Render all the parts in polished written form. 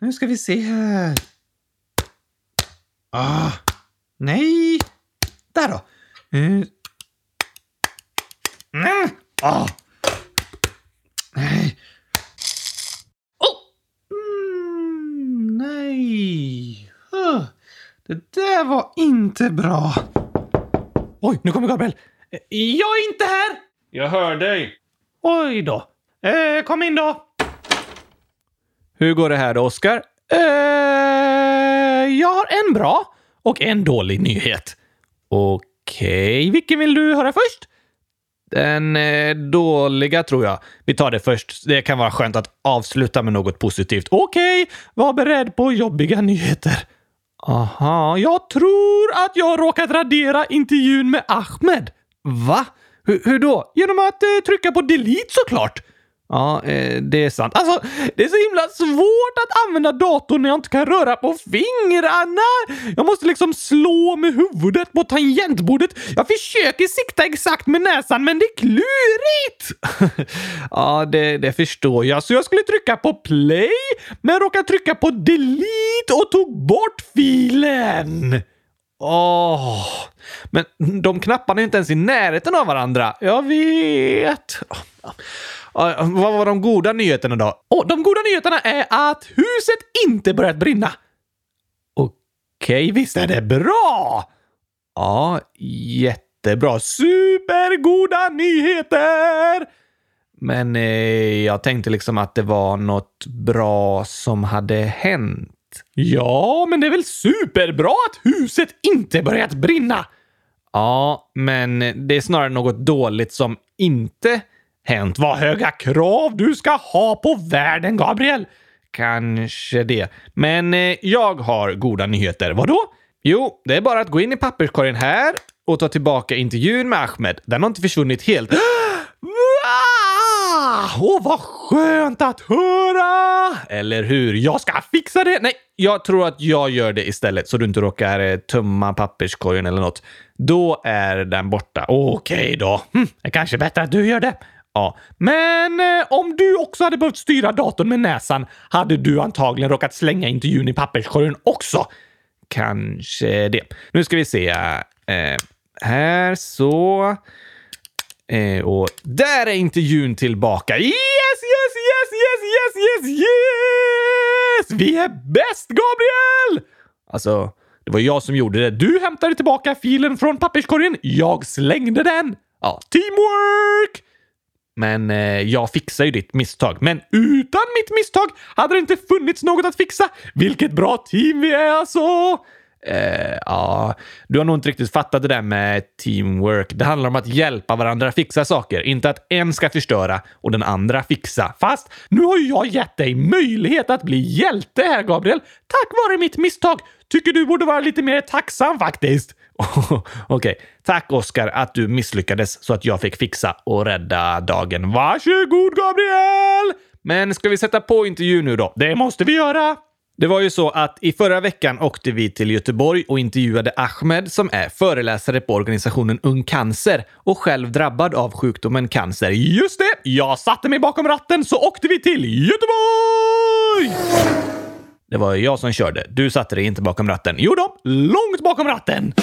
Nu ska vi se här. Nej. Där då. Nej. Nej. Det där var inte bra. Oj, nu kommer Gabriel. Jag är inte här. Jag hör dig. Oj då. Kom in då. Hur går det här då, Oskar? Jag har en bra och en dålig nyhet. Okej, vilken vill du höra först? Den dåliga tror jag. Vi tar det först. Det kan vara skönt att avsluta med något positivt. Okej, var beredd på jobbiga nyheter. Aha, jag tror att jag har råkat radera intervjun med Ahmed. Va? Hur då? Genom att trycka på delete såklart. Ja, det är sant. Alltså, det är så himla svårt att använda datorn när jag inte kan röra på fingrarna. Jag måste liksom slå med huvudet på tangentbordet. Jag försöker sikta exakt med näsan, men det är klurigt. Ja, det förstår jag. Så jag skulle trycka på play, men råkade trycka på delete och tog bort filen. Men de knapparna är inte ens i närheten av varandra. Jag vet. Vad var de goda nyheterna då? De goda nyheterna är att huset inte börjat brinna. Okej, visst är det bra? Ja, jättebra. Supergoda nyheter! Men jag tänkte liksom att det var något bra som hade hänt. Ja, men det är väl superbra att huset inte börjat brinna? Ja, men det är snarare något dåligt som inte hänt. Vad höga krav du ska ha på världen, Gabriel. Kanske det. Men jag har goda nyheter. Vadå? Jo, det är bara att gå in i papperskorgen här och ta tillbaka intervjun med Ahmed. Den har inte försvunnit helt. Vad skönt att höra! Eller hur? Jag ska fixa det! Nej, jag tror att jag gör det istället så du inte råkar tömma papperskorgen eller något. Då är den borta. Okej då. Det är kanske bättre att du gör det. Ja. Men om du också hade behövt styra datorn med näsan hade du antagligen råkat slänga intervjun i papperskorgen också. Kanske det. Nu ska vi se. Här så. Och där är intervjun tillbaka. Yes! Vi är bäst, Gabriel! Alltså, det var jag som gjorde det. Du hämtade tillbaka filen från papperskorgen. Jag slängde den. Ja, teamwork! Men jag fixar ju ditt misstag. Men utan mitt misstag hade det inte funnits något att fixa. Vilket bra team vi är alltså! Ja, du har nog inte riktigt fattat det där med teamwork. Det handlar om att hjälpa varandra fixa saker. Inte att en ska förstöra och den andra fixa. Fast nu har jag gett dig möjlighet att bli hjälte här, Gabriel. Tack vare mitt misstag. Tycker du borde vara lite mer tacksam faktiskt. Okej. Tack Oskar att du misslyckades så att jag fick fixa och rädda dagen. Varsågod, Gabriel! Men ska vi sätta på intervju nu då? Det måste vi göra! Det var ju så att i förra veckan åkte vi till Göteborg och intervjuade Ahmed som är föreläsare på organisationen Ung Cancer och själv drabbad av sjukdomen cancer. Just det! Jag satte mig bakom ratten så åkte vi till Göteborg! Det var jag som körde. Du satte dig inte bakom ratten. Jo då, långt bakom ratten!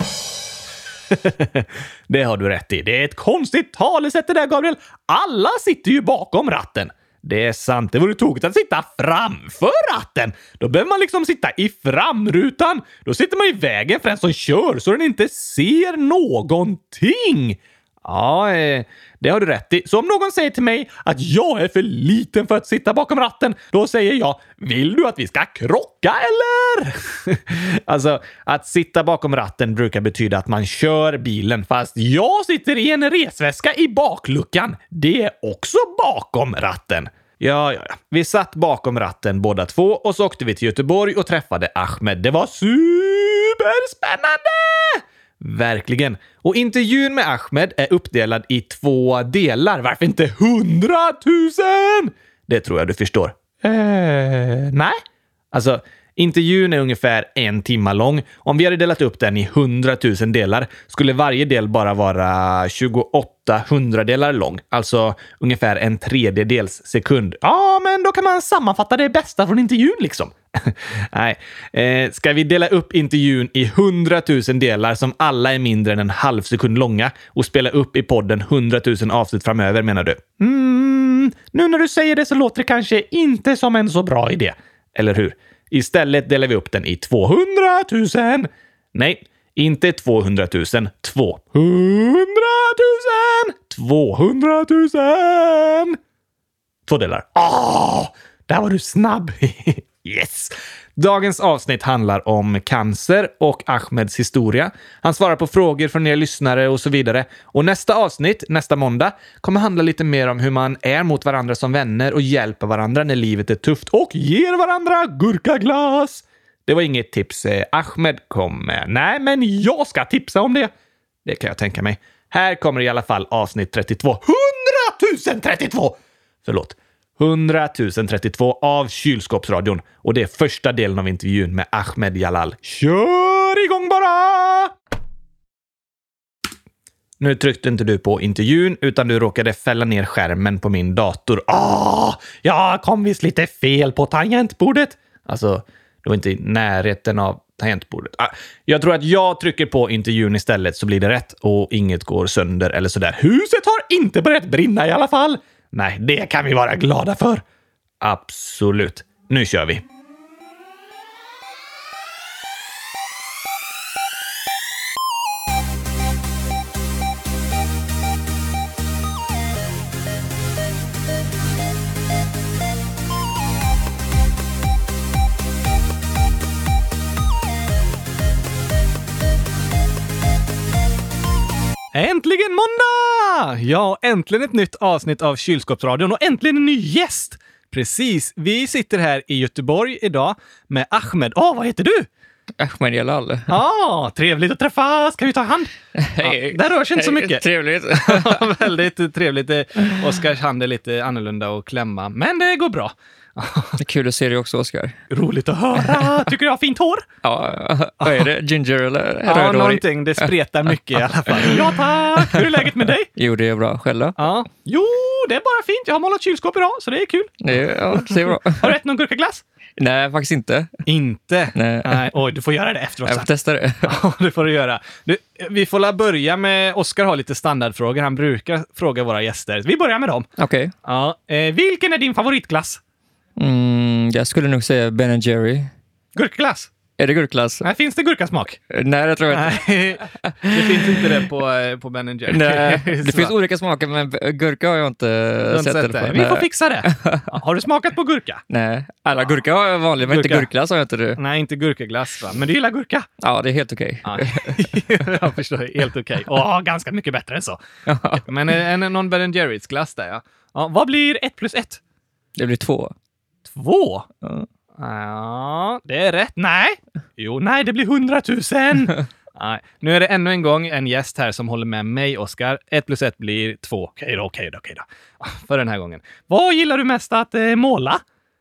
Det har du rätt i. Det är ett konstigt talesätt det där, Gabriel. Alla sitter ju bakom ratten. Det är sant. Det vore tokigt att sitta framför ratten. Då behöver man liksom sitta i framrutan. Då sitter man i vägen för den som kör så den inte ser någonting. Ja, det har du rätt i. Så om någon säger till mig att jag är för liten för att sitta bakom ratten, då säger jag, vill du att vi ska krocka eller? Alltså, att sitta bakom ratten brukar betyda att man kör bilen. Fast jag sitter i en resväska i bakluckan. Det är också bakom ratten. Ja. Vi satt bakom ratten båda två och så åkte vi till Göteborg och träffade Ahmed. Det var superspännande! Verkligen. Och intervjun med Ahmed är uppdelad i 2 delar. Varför inte 100 000? Det tror jag du förstår. Nej. Alltså, Intervjun är ungefär 1 timme lång. Om vi hade delat upp den i 100 000 delar skulle varje del bara vara 28 hundradelar lång. Alltså ungefär 1/3 sekund. Ja, men då kan man sammanfatta det bästa från intervjun liksom. Nej, ska vi dela upp intervjun i 100 000 delar som alla är mindre än en halv sekund långa och spela upp i podden 100 000 avsnitt framöver, menar du? Nu när du säger det så låter det kanske inte som en så bra idé. Eller hur? Istället delar vi upp den i 200 000. Nej, inte 200 000. 200 000! 200 000! 2 delar. Där var du snabb. Yes! Dagens avsnitt handlar om cancer och Ahmeds historia. Han svarar på frågor från er lyssnare och så vidare. Och nästa avsnitt, nästa måndag, kommer handla lite mer om hur man är mot varandra som vänner och hjälper varandra när livet är tufft och ger varandra gurkaglas. Det var inget tips Ahmed kom med. Nej, men jag ska tipsa om det. Det kan jag tänka mig. Här kommer i alla fall avsnitt 32. 100 032! Förlåt. 100 032 av Kylskåpsradion. Och det är första delen av intervjun med Ahmed Jalal. Kör igång bara! Nu tryckte inte du på intervjun utan du råkade fälla ner skärmen på min dator. Jag kom visst lite fel på tangentbordet. Alltså, det var inte i närheten av tangentbordet. Jag tror att jag trycker på intervjun istället så blir det rätt och inget går sönder eller sådär. Huset har inte börjat brinna i alla fall. Nej, det kan vi vara glada för. Absolut. Nu kör vi. Äntligen måndag! Ja, äntligen ett nytt avsnitt av Kylskåpsradion och äntligen en ny gäst. Precis, vi sitter här i Göteborg idag med Ahmed. Vad heter du? Ahmed Jalal. Trevligt att träffas. Kan vi ta hand? Det rör sig inte så mycket. Trevligt. Väldigt trevligt. Oskars hand är lite annorlunda att klämma, men det går bra. Det är kul att se dig också, Oskar. Roligt att höra. Tycker du jag har fint hår? Ja, vad är det? Ginger eller rödhårig? Ja, någonting. Det spretar mycket i alla fall. Ja, tack. Hur är läget med dig? Jo, det är bra. Själv då? Ja. Jo, det är bara fint. Jag har målat kylskåp idag, så det är kul. Ja, det är bra. Har du ätit någon gurkaglass? Nej, faktiskt inte. Inte? Nej. Oj, du får göra det efteråt. Jag får testa det. Ja, det får du göra. Vi får börja med... Oskar har lite standardfrågor. Han brukar fråga våra gäster. Vi börjar med dem. Okej. Ja, vilken är din favoritglass? Jag skulle nog säga Ben & Jerry. Gurkaglass? Är det gurkglass? Nej, finns det gurkasmak? Nej, det tror jag inte. Nej, det finns inte det på Ben & Jerry. Nej, det finns olika smaker, men gurka har jag inte sett det på. Vi får fixa det. Har du smakat på gurka? Nej, alla gurka har jag vanligt, men inte gurkglass har jag inte det. Nej, inte gurkaglass, va? Men du gillar gurka? Ja, det är helt okej. Ja, jag förstår, helt okej. Ganska mycket bättre än så. Men någon Ben & Jerrys glass där, ja. Vad blir 1 + 1? Det blir 2. 2? Ja. Ja, det är rätt. Nej. Nej, det blir 100 000. Nej. Nu är det ännu en gång en gäst här som håller med mig, Oskar. 1 + 1 blir 2. Okej då. För den här gången. Vad gillar du mest att måla?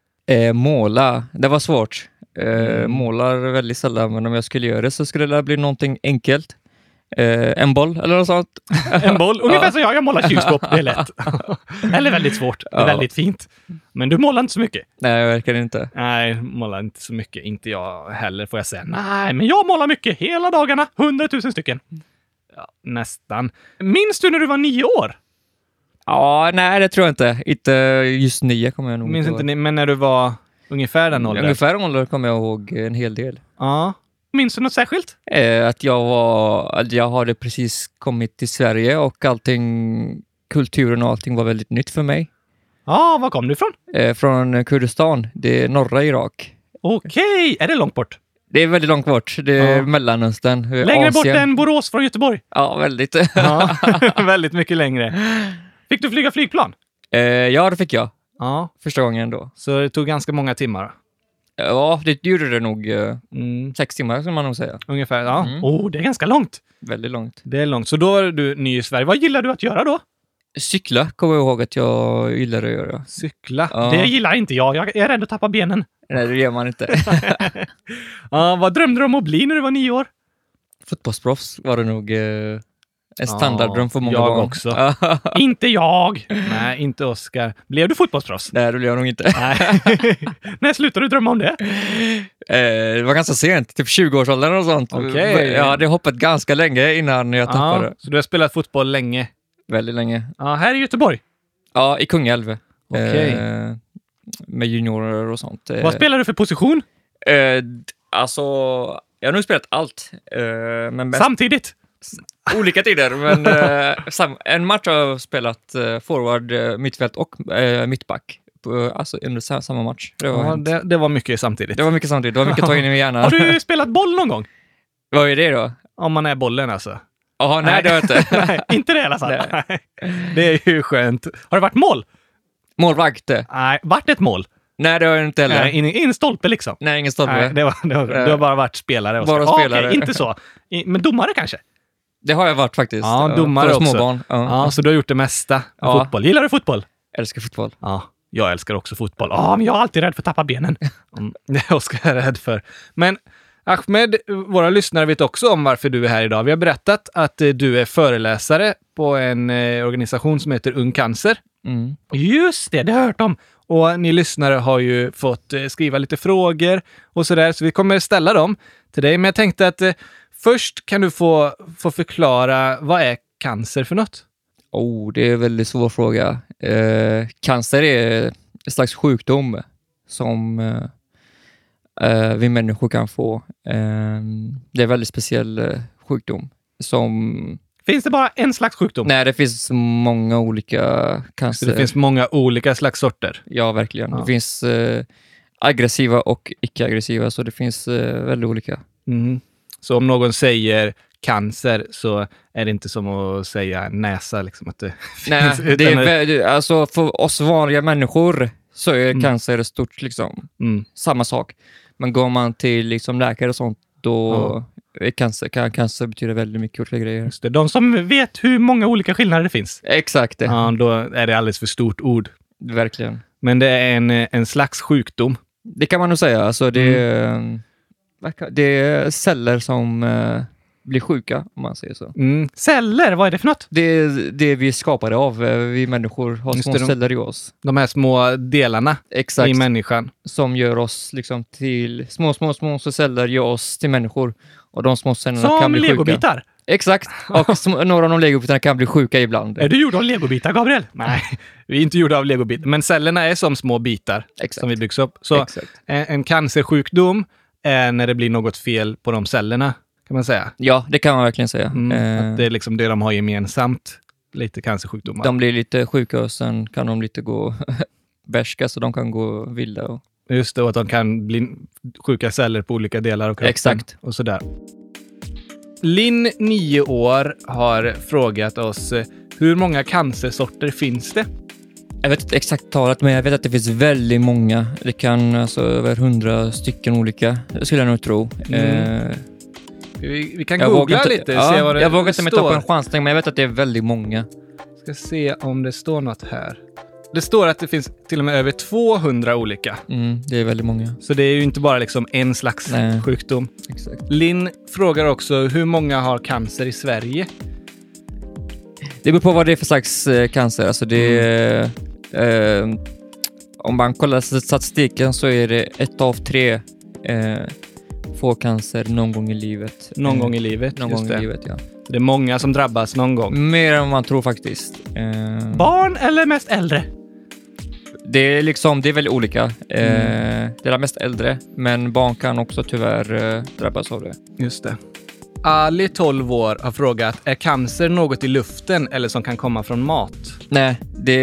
Måla. Det var svårt. Målar väldigt sällan, men om jag skulle göra det så skulle det bli någonting enkelt. En boll eller något sånt. En boll? Ungefär så jag målar kylskåp. Det är lätt. Eller väldigt svårt. Det är väldigt fint. Men du målar inte så mycket. Nej, verkligen inte. Nej, målar inte så mycket. Inte jag heller, får jag säga. Nej, men jag målar mycket hela dagarna. 100 000 stycken. Ja, nästan. Minns du när du var 9 år? Ja, nej, det tror jag inte. Inte just 9 kommer jag nog Minns inte, men när du var ungefär den åldern? Ungefär den åldern kommer jag ihåg en hel del. Ja. Minns du något särskilt? Att jag hade precis kommit till Sverige och kulturen och allting var väldigt nytt för mig. Ja, var kom du ifrån? Från Kurdistan, det är norra Irak. Okej, är det långt bort? Det är väldigt långt bort, det är Mellanöstern, längre Asien. Bort än Borås från Göteborg? Ja, väldigt. Ja, väldigt mycket längre. Fick du flyga flygplan? Ja, det fick jag. Ja. Första gången då. Så det tog ganska många timmar? Ja, det gjorde det nog 6 timmar skulle man nog säga. Ungefär, ja. Det är ganska långt. Väldigt långt. Det är långt. Så då är du ny i Sverige. Vad gillar du att göra då? Cykla kommer jag ihåg att jag gillar att göra. Cykla? Ja. Det gillar inte jag. Jag är rädd att tappa benen. Nej, det gör man inte. Vad drömde du om att bli när du var 9 år? Fotbollsproffs var det nog en standarddröm för många jag barn. Också. Inte jag! Nej, inte Oskar. Blev du fotbollsproffs? Nej, det blev jag nog inte. Nej. När slutade du drömma om det? Det var ganska sent, typ 20-årsåldern och sånt. Okej. Jag hade hoppat ganska länge innan jag tappade. Så du har spelat fotboll länge? Väldigt länge. Ja, här i Göteborg? Ja, i Kungälv. Okej. Med juniorer och sånt. Vad spelar du för position? Alltså, jag har nog spelat allt. Men mest Samtidigt? olika tider. Men en match har jag spelat forward, mittfält och mittback. Alltså under samma match. Det var mycket samtidigt. Det var mycket samtidigt. Det var mycket att ta in i hjärnan. Har du spelat boll någon gång? Vad är det då? Om man är bollen alltså. Jaha, nej det har jag inte. Nej, inte det i alla fall. Nej. Det är ju skönt. Har det varit mål? Målvakt? Nej, vart ett mål? Nej, det har jag inte heller. Nej, in stolpe liksom. Nej, ingen stolpe. Nej, det har bara varit spelare. Bara spelare. Okej, inte så. Men domare kanske? Det har jag varit faktiskt. Ja, domare också. Småbarn. Ja, så du har gjort det mesta. Ja. Fotboll. Gillar du fotboll? Älskar fotboll. Ja, jag älskar också fotboll. Men jag är alltid rädd för att tappa benen. Det är Oskar rädd för. Men Ahmed, våra lyssnare vet också om varför du är här idag. Vi har berättat att du är föreläsare på en organisation som heter Ung Cancer. Mm. Just det har jag hört om. Och ni lyssnare har ju fått skriva lite frågor och sådär, så vi kommer ställa dem till dig. Men jag tänkte att först kan du få förklara, vad är cancer för något? Det är en väldigt svår fråga. Cancer är en slags sjukdom som vi människor kan få. Det är en väldigt speciell sjukdom. Finns det bara en slags sjukdom? Nej, det finns många olika cancer. Så det finns många olika slags sorter? Ja, verkligen. Ja. Det finns aggressiva och icke-aggressiva, så det finns väldigt olika. Mm. Så om någon säger cancer så är det inte som att säga näsa liksom, att det Nej, finns, det är alltså för oss vanliga människor så är cancer stort liksom. Samma sak. Men går man till liksom läkare och sånt, då kan cancer betyda väldigt mycket olika grejer. Just det. De som vet hur många olika skillnader det finns. Exakt. Då är det alldeles för stort ord. Verkligen. Men det är en slags sjukdom. Det kan man nog säga. Alltså det är celler som blir sjuka, om man säger så. Celler, vad är det för något? Det vi skapade av. Vi människor har små celler i oss. De här små delarna i människan. Som gör oss liksom till små celler gör oss till människor. Och de små cellerna som kan bli legobitar. Sjuka. Exakt. Och några av de legobitarna kan bli sjuka ibland. Är du gjord av legobitar, Gabriel? Nej, vi är inte gjorda av legobitar. Men cellerna är som små bitar som vi byggs upp. Så en cancersjukdom är när det blir något fel på de cellerna, kan man säga. Ja, det kan man verkligen säga. Att det är liksom det de har gemensamt. Lite cancersjukdomar. De blir lite sjuka och sen kan de lite gå bärska, så de kan gå vilda. Just det, och att de kan bli sjuka celler på olika delar av kroppen. Exakt. Och sådär. Linn, 9 år, har frågat oss, hur många cancersorter finns det? Jag vet inte exakt talet, men jag vet att det finns väldigt många. Det kan alltså över 100 stycken olika, det skulle jag nog tro. Vi kan googla lite. Se vad det jag vågar inte ta på en står. chansning, men jag vet att det är väldigt många. Ska se om det står något här. Det står att det finns till och med över 200 olika. Det är väldigt många. Så det är ju inte bara liksom en slags sjukdom. Exakt. Linn frågar också, hur många har cancer i Sverige? Det beror på vad det är för slags cancer. Alltså det är, om man kollar statistiken så är det 1 av 3 får cancer någon gång i livet. Någon gång i livet, någon gång i livet, ja. Det är många som drabbas någon gång. Mer än man tror faktiskt. Barn eller mest äldre? Det är väldigt olika. Det är mest äldre, men barn kan också tyvärr drabbas av det. Just det. Ali, 12 år, har frågat, är cancer något i luften eller som kan komma från mat? Nej,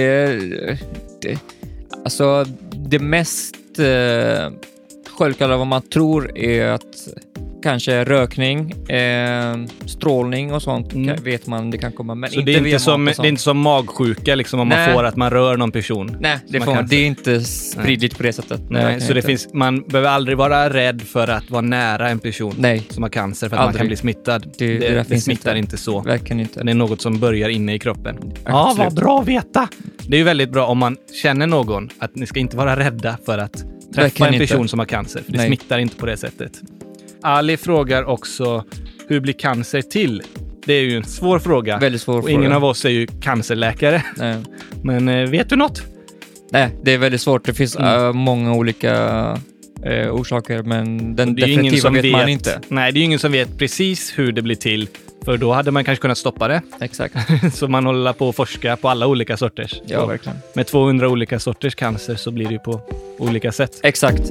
alltså det mest självklart vad man tror är att kanske rökning, strålning och sånt vet man det kan komma. Men så inte det är inte som magsjuka liksom, om man får att man rör någon person? Nej, det är inte spridligt på det sättet. Nej, så man behöver aldrig vara rädd för att vara nära en person som har cancer för att man kan bli smittad. Det smittar inte så. Verkligen inte. Det är något som börjar inne i kroppen. Ja, vad bra att veta! Det är ju väldigt bra om man känner någon att ni ska inte vara rädda för att träffa en person som har cancer. För det Nej. smittar inte på det sättet. Ali frågar också, hur blir cancer till? Det är ju en svår fråga. Väldigt svår och fråga. ingen av oss är ju cancerläkare. Nej. Men vet du något? Nej, det är väldigt svårt. Det finns många olika orsaker, men den Det är ju ingen definitiva som vet man inte. Nej, det är ju ingen som vet precis hur det blir till. För då hade man kanske kunnat stoppa det. Exakt. Så man håller på att forska på alla olika sorters. Ja, Så verkligen. med 200 olika sorters cancer så blir det ju på olika sätt. Exakt.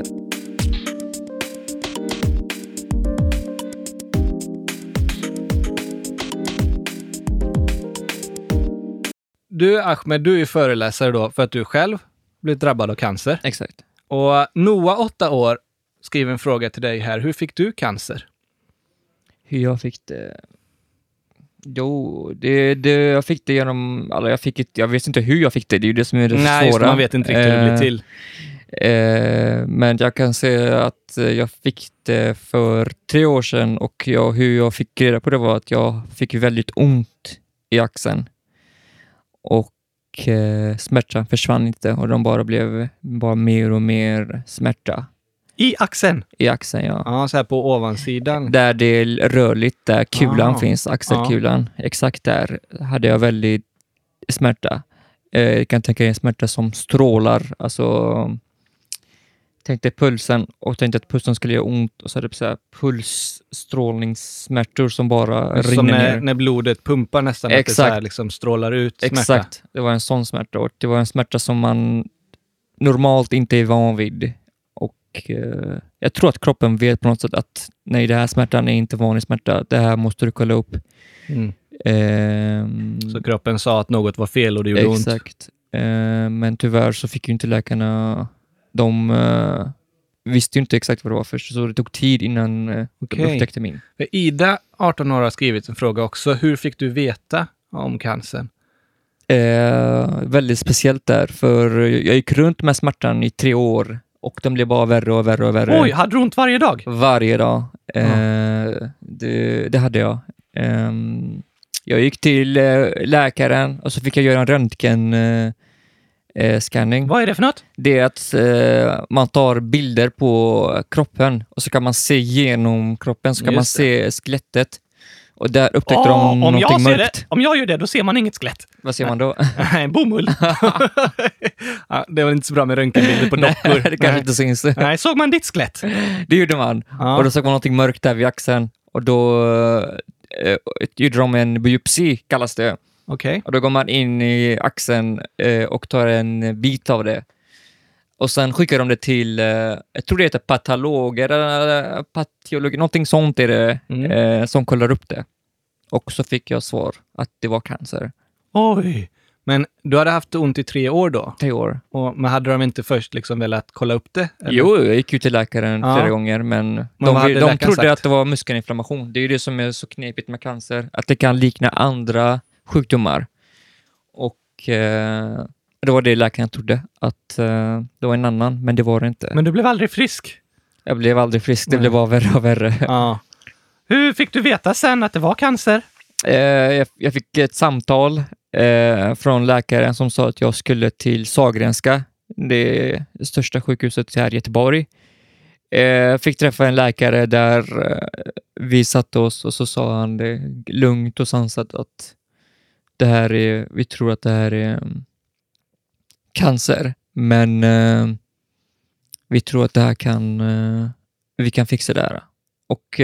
Du Ahmed, du är ju föreläsare då för att du själv blivit drabbad av cancer. Exakt. Och Noah, 8 år, skriver en fråga till dig här. Hur fick du cancer? Hur jag fick det? Jo, jag fick det genom... jag vet inte hur jag fick det. Det är ju det som är det Nej, just svåra. det, man vet inte riktigt hur det blir till. Men jag kan säga att jag fick det för 3 år sedan, och hur jag fick reda på det var att jag fick väldigt ont i axeln. Och smärtan försvann inte, och de blev bara mer och mer smärta I axeln? i axeln, ja. Ja, så här på ovansidan. Där det är rörligt, där kulan finns, axelkulan. Exakt där hade jag väldigt smärta. Jag kan tänka en smärta som strålar. Alltså, tänkte pulsen och tänkte att pulsen skulle göra ont, och så hade det så här pulsstrålningssmärtor som bara Som rinner ner. när blodet pumpar nästan. Att det så här liksom strålar ut smärta. Exakt, det var en sån smärta. Och det var en smärta som man normalt inte är van vid. Och jag tror att kroppen vet på något sätt att nej, det här smärtan är inte vanlig smärta. Det här måste du kolla upp. Mm. Så kroppen sa att något var fel och det gjorde ont. Exakt. Men tyvärr så fick ju inte läkarna... De visste ju inte exakt vad det var först, så det tog tid innan de upptäckte min. Ida, 18 år, har skrivit en fråga också. Hur fick du veta om cancern? Väldigt speciellt där, för jag gick runt med smärtan i 3 år, och den blev bara värre och värre och värre. Oj, hade du ont varje dag? Varje dag. Det hade jag. Jag gick till läkaren, och så fick jag göra en röntgen scanning. Vad är det för något? Det är att man tar bilder på kroppen, och så kan man se genom kroppen, så kan man se skelettet. Och där upptäckte de någonting mörkt. Om jag gör det, då ser man inget skelett. Vad ser man då? En bomull. Ja, det var inte så bra med röntgenbilder på dockor. Nej, det kanske inte syns. Nej, såg man ditt skelett? Det gjorde man. Ja. Och då såg man någonting mörkt där vid axeln. Och då gjorde de en biopsi, kallas det. Okej. Och då går man in i axeln och tar en bit av det. Och sen skickar de det till, jag tror det heter patologer eller patiologer, någonting sånt är det, som kollar upp det. Och så fick jag svar att det var cancer. Oj, men du hade haft ont i 3 år då? 3 år. Men hade de inte först liksom velat kolla upp det? Eller? Jo, jag gick ju till läkaren flera gånger, men de trodde att det var muskelinflammation. Det är ju det som är så knepigt med cancer, att det kan likna andra sjukdomar. Och det var det läkaren trodde, att det var en annan, men det var det inte. Men du blev aldrig frisk? Jag blev aldrig frisk, det blev bara värre och värre. Ja. Hur fick du veta sen att det var cancer? Jag fick ett samtal från läkaren som sa att jag skulle till Sahlgrenska, det största sjukhuset här i Göteborg. Fick träffa en läkare där vi satt oss, och så sa han det lugnt och sansat att vi tror att det här är cancer, men vi tror att det här vi kan fixa det här. Och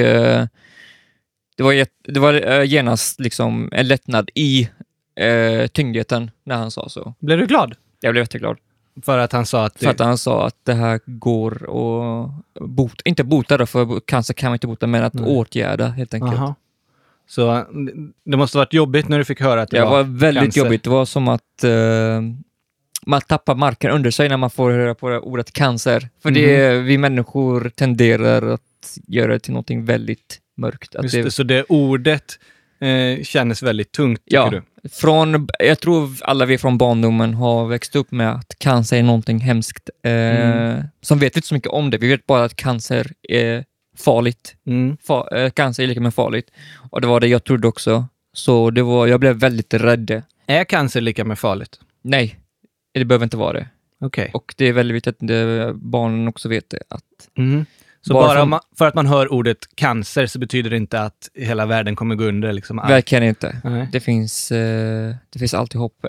det var genast liksom en lättnad i tyngdheten när han sa så. Blev du glad? Jag blev jätteglad. För att han sa att... För att han sa att det här går att inte bota då, för cancer kan man inte bota, men att åtgärda helt enkelt. Aha. Så det måste varit jobbigt när du fick höra att det var väldigt cancer. jobbigt. Det var som att man tappar marken under sig när man får höra på ordet cancer. För vi människor tenderar att göra det till någonting väldigt mörkt. Att Så det ordet kändes väldigt tungt, tycker du? Jag tror alla vi från barndomen har växt upp med att cancer är någonting hemskt. Som vet inte så mycket om det. Vi vet bara att cancer är farligt. Cancer är lika med farligt. Och det var det jag trodde också. Så jag blev väldigt rädd. Är cancer lika med farligt? Nej, det behöver inte vara det. Okej. Och det är väldigt viktigt att barnen också vet det. Att Så bara för att man hör ordet cancer så betyder det inte att hela världen kommer gå under? Liksom. Verkligen inte. Nej. Det finns alltid hopp.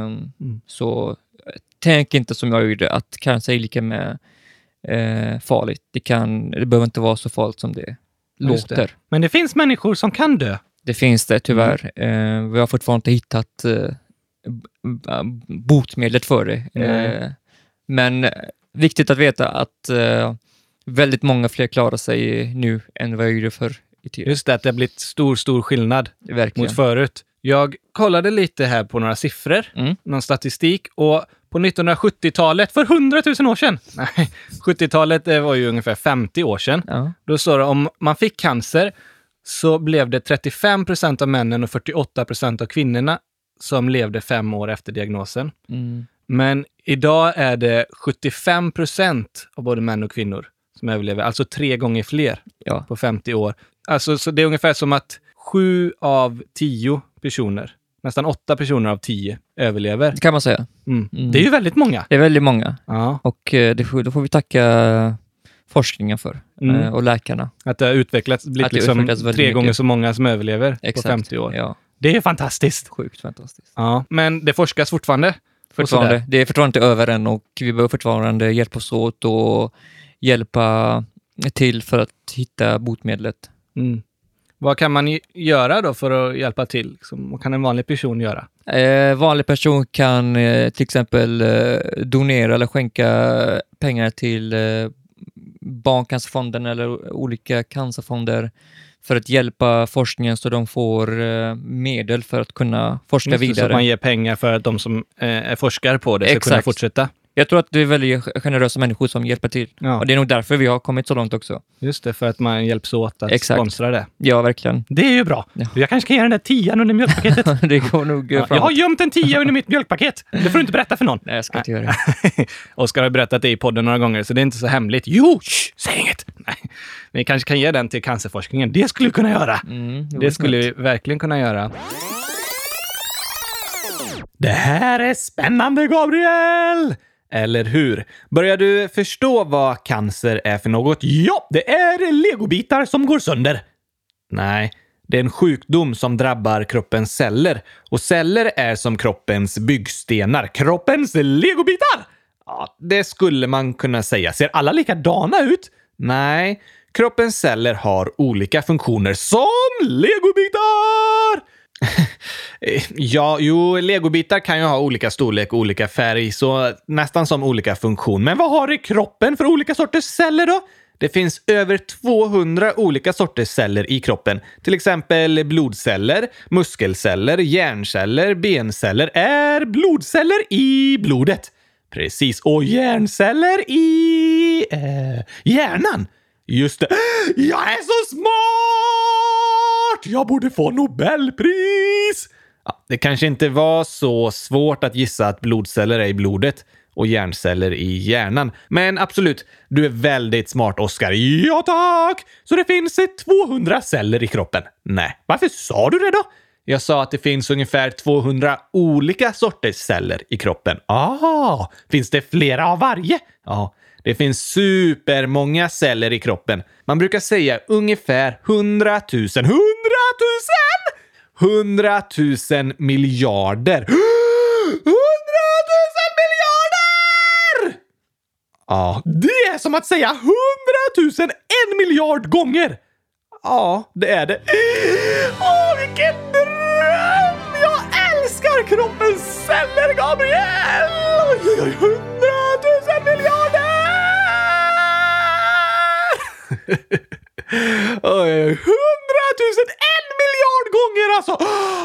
Så tänk inte som jag gjorde att cancer är lika med farligt. Det behöver inte vara så farligt som det låter. Det. Men det finns människor som kan dö. Det finns det tyvärr. Vi har fortfarande inte hittat botemedlet för det. Men viktigt att veta att väldigt många fler klarar sig nu än vad jag gjorde förr i tiden. Just det, att det har blivit stor skillnad Verkligen. mot förut. Jag kollade lite här på några siffror, någon statistik, och på 1970-talet, för 100 000 år sedan, nej, 70-talet var ju ungefär 50 år sedan, då står det om man fick cancer så blev det 35% av männen och 48% av kvinnorna som levde 5 år efter diagnosen. Men idag är det 75% av både män och kvinnor som överlever, alltså 3 gånger fler på 50 år. Alltså, så det är ungefär som att 7 av 10 personer, nästan 8 personer av 10 överlever. Det kan man säga. Det är ju väldigt många. Det är väldigt många. Ja. Och då får vi tacka forskningen för och läkarna. Att det har utvecklats, blivit liksom 3 gånger så många som överlever på 50 år. Ja. Det är fantastiskt. Sjukt fantastiskt. Ja, men det forskas fortfarande. Det är fortfarande inte över än och vi behöver fortfarande hjälpas åt och hjälpa till för att hitta botemedlet. Vad kan man göra då för att hjälpa till? Liksom, vad kan en vanlig person göra? Vanlig person kan till exempel donera eller skänka pengar till Barncancerfonden eller olika cancerfonder för att hjälpa forskningen så de får medel för att kunna forska vidare. Så att man ger pengar för att de som är forskare på det ska kunna fortsätta. Jag tror att det är väldigt generösa människor som hjälper till. Ja. Och det är nog därför vi har kommit så långt också. Just det, för att man hjälps åt att sponsra det. Ja, verkligen. Det är ju bra. Ja. Jag kanske kan ge den där 10 under mjölkpaketet. Det går nog framåt. Jag har gömt en 10 under mitt mjölkpaket. Det får du inte berätta för någon. Nej, jag ska inte göra det. Oskar har berättat det i podden några gånger, så det är inte så hemligt. Jo, säg inget! Nej. Vi kanske kan ge den till cancerforskningen. Det skulle vi kunna göra. Det skulle vi verkligen kunna göra. Det här är spännande, Gabriel! Eller hur? Börjar du förstå vad cancer är för något? Ja, det är legobitar som går sönder. Nej, det är en sjukdom som drabbar kroppens celler. Och celler är som kroppens byggstenar. Kroppens legobitar! Ja, det skulle man kunna säga. Ser alla likadana ut? Nej, kroppens celler har olika funktioner som legobitar! Legobitar kan ju ha olika storlek och olika färg, så nästan som olika funktion. Men vad har kroppen för olika sorters celler då? Det finns över 200 olika sorters celler i kroppen. Till exempel blodceller, muskelceller, hjärnceller, benceller är blodceller i blodet. Precis, och hjärnceller i hjärnan. Just det. Jag är så smart! Jag borde få Nobelpris! Ja, det kanske inte var så svårt att gissa att blodceller är i blodet och hjärnceller i hjärnan. Men absolut, du är väldigt smart, Oskar. Ja tack! Så det finns 200 celler i kroppen. Nej, varför sa du det då? Jag sa att det finns ungefär 200 olika sorters celler i kroppen. Finns det flera av varje? Ja. Det finns supermånga celler i kroppen. Man brukar säga ungefär 100 000 miljarder. 100 000 miljarder! Ja, det är som att säga 100 000 1 miljard gånger. Ja, det är det. Vilken dröm! Jag älskar kroppens celler, Gabriel! 100 000 miljarder! 100 000 1 miljard gånger alltså!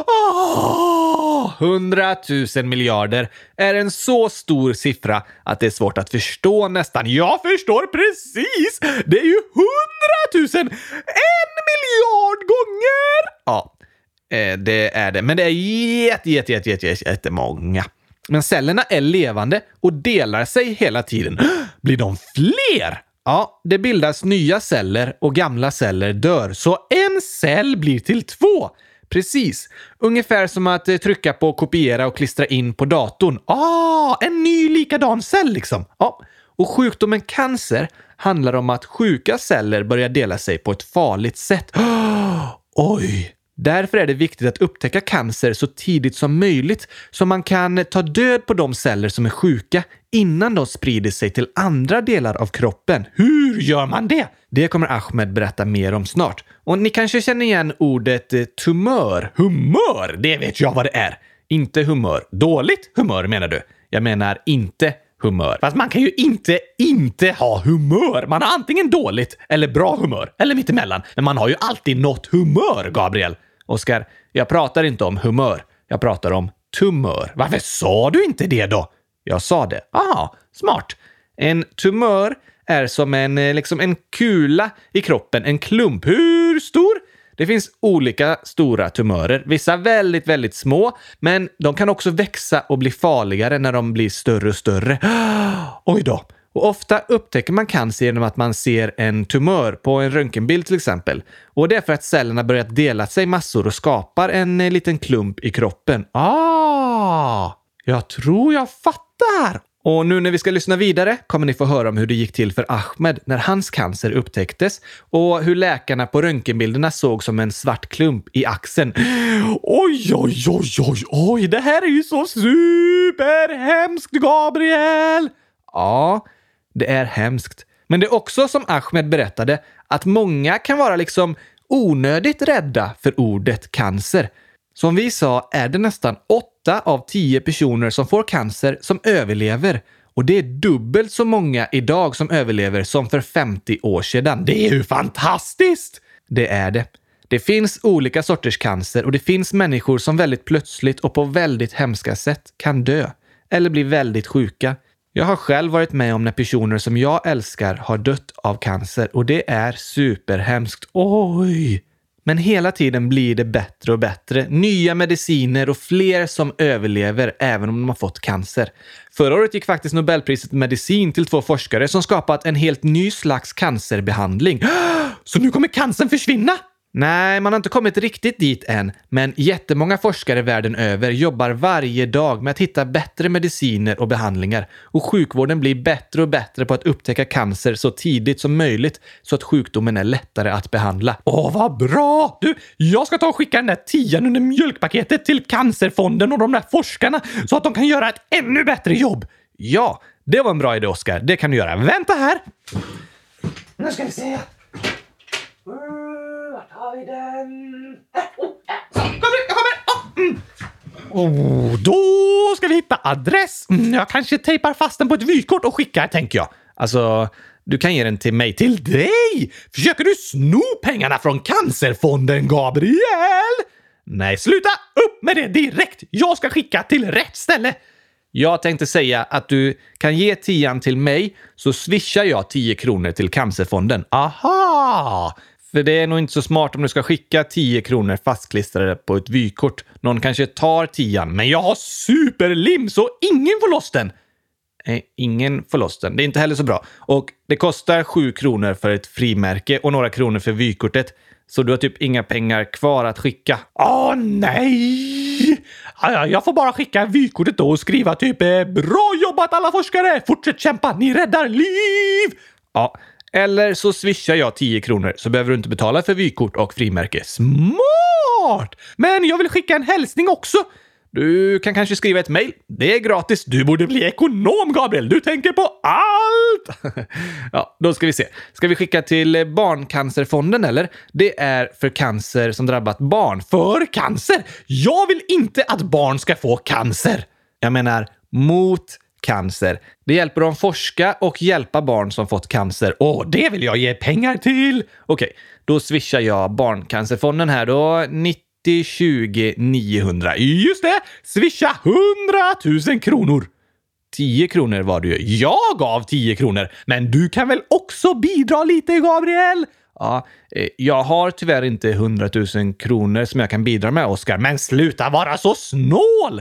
100 000 miljarder är en så stor siffra att det är svårt att förstå nästan. Jag förstår precis! Det är ju 100 000 1 miljard gånger! Ja, det är det. Men det är jättemånga. Men cellerna är levande och delar sig hela tiden. Blir de fler? Ja, det bildas nya celler och gamla celler dör. Så en cell blir till 2. Precis. Ungefär som att trycka på kopiera och klistra in på datorn. En ny likadan cell liksom. Ja. Och sjukdomen cancer handlar om att sjuka celler börjar dela sig på ett farligt sätt. Oj! Därför är det viktigt att upptäcka cancer så tidigt som möjligt så man kan ta död på de celler som är sjuka innan de sprider sig till andra delar av kroppen. Hur gör man det? Det kommer Ahmed berätta mer om snart. Och ni kanske känner igen ordet tumör. Humör, det vet jag vad det är. Inte humör. Dåligt humör menar du? Jag menar inte humör. Fast man kan ju inte ha humör. Man har antingen dåligt eller bra humör. Eller mittemellan. Men man har ju alltid något humör, Gabriel. Oskar, jag pratar inte om humör. Jag pratar om tumör. Varför sa du inte det då? Jag sa det. Aha, smart. En tumör är som en kula i kroppen. En klump. Hur stor? Det finns olika stora tumörer. Vissa väldigt, väldigt små. Men de kan också växa och bli farligare när de blir större och större. Oj då. Och ofta upptäcker man cancer genom att man ser en tumör på en röntgenbild till exempel. Och det är för att cellerna börjat dela sig massor och skapar en liten klump i kroppen. Jag tror jag fattar. Och nu när vi ska lyssna vidare kommer ni få höra om hur det gick till för Ahmed när hans cancer upptäcktes och hur läkarna på röntgenbilderna såg som en svart klump i axeln. Oj, det här är ju så superhemskt, Gabriel! Ja, det är hemskt. Men det är också som Ahmed berättade att många kan vara onödigt rädda för ordet cancer. Som vi sa är det nästan 8 av 10 personer som får cancer som överlever. Och det är dubbelt så många idag som överlever som för 50 år sedan. Det är ju fantastiskt! Det är det. Det finns olika sorters cancer och det finns människor som väldigt plötsligt och på väldigt hemska sätt kan dö. Eller bli väldigt sjuka. Jag har själv varit med om när personer som jag älskar har dött av cancer och det är superhemskt. Oj! Men hela tiden blir det bättre och bättre. Nya mediciner och fler som överlever även om de har fått cancer. Förra året gick faktiskt Nobelpriset i medicin till 2 forskare som skapat en helt ny slags cancerbehandling. Så nu kommer cancern försvinna? Nej, man har inte kommit riktigt dit än. Men jättemånga forskare världen över jobbar varje dag med att hitta bättre mediciner och behandlingar. Och sjukvården blir bättre och bättre på att upptäcka cancer så tidigt som möjligt så att sjukdomen är lättare att behandla. Vad bra! Du, jag ska ta och skicka den där 10 under mjölkpaketet till Cancerfonden och de där forskarna så att de kan göra ett ännu bättre jobb. Ja, det var en bra idé, Oskar. Det kan du göra. Vänta här! Nu ska vi se. Vart har vi den? Jag kommer! Då ska vi hitta adress. Jag kanske tejpar fast den på ett vykort och skickar, tänker jag. Alltså, du kan ge den till mig. Till dig? Försöker du sno pengarna från Cancerfonden, Gabriel? Nej, sluta upp med det direkt. Jag ska skicka till rätt ställe. Jag tänkte säga att du kan ge 10 till mig så swishar jag 10 kronor till Cancerfonden. Aha! För det är nog inte så smart om du ska skicka 10 kronor fastklistrade på ett vykort. Någon kanske tar 10, men jag har superlim så ingen får loss den. Nej, ingen får loss den. Det är inte heller så bra. Och det kostar 7 kronor för ett frimärke och några kronor för vykortet. Så du har typ inga pengar kvar att skicka. Nej! Jag får bara skicka vykortet då och skriva typ bra jobbat alla forskare! Fortsätt kämpa, ni räddar liv! Ja, eller så swishar jag 10 kronor så behöver du inte betala för vykort och frimärke. Smart! Men jag vill skicka en hälsning också. Du kan kanske skriva ett mejl. Det är gratis. Du borde bli ekonom, Gabriel. Du tänker på allt! Ja, då ska vi se. Ska vi skicka till Barncancerfonden eller? Det är för cancer som drabbat barn. För cancer? Jag vill inte att barn ska få cancer. Jag menar mot cancer. Det hjälper dem forska och hjälpa barn som fått cancer. Det vill jag ge pengar till! Okej, då swishar jag Barncancerfonden här då. 90 20 900. Just det! Swisha 100 000 kronor. 10 kronor var det ju. Jag gav 10 kronor. Men du kan väl också bidra lite, Gabriel? Ja, jag har tyvärr inte 100 000 kronor som jag kan bidra med, Oskar. Men sluta vara så snål!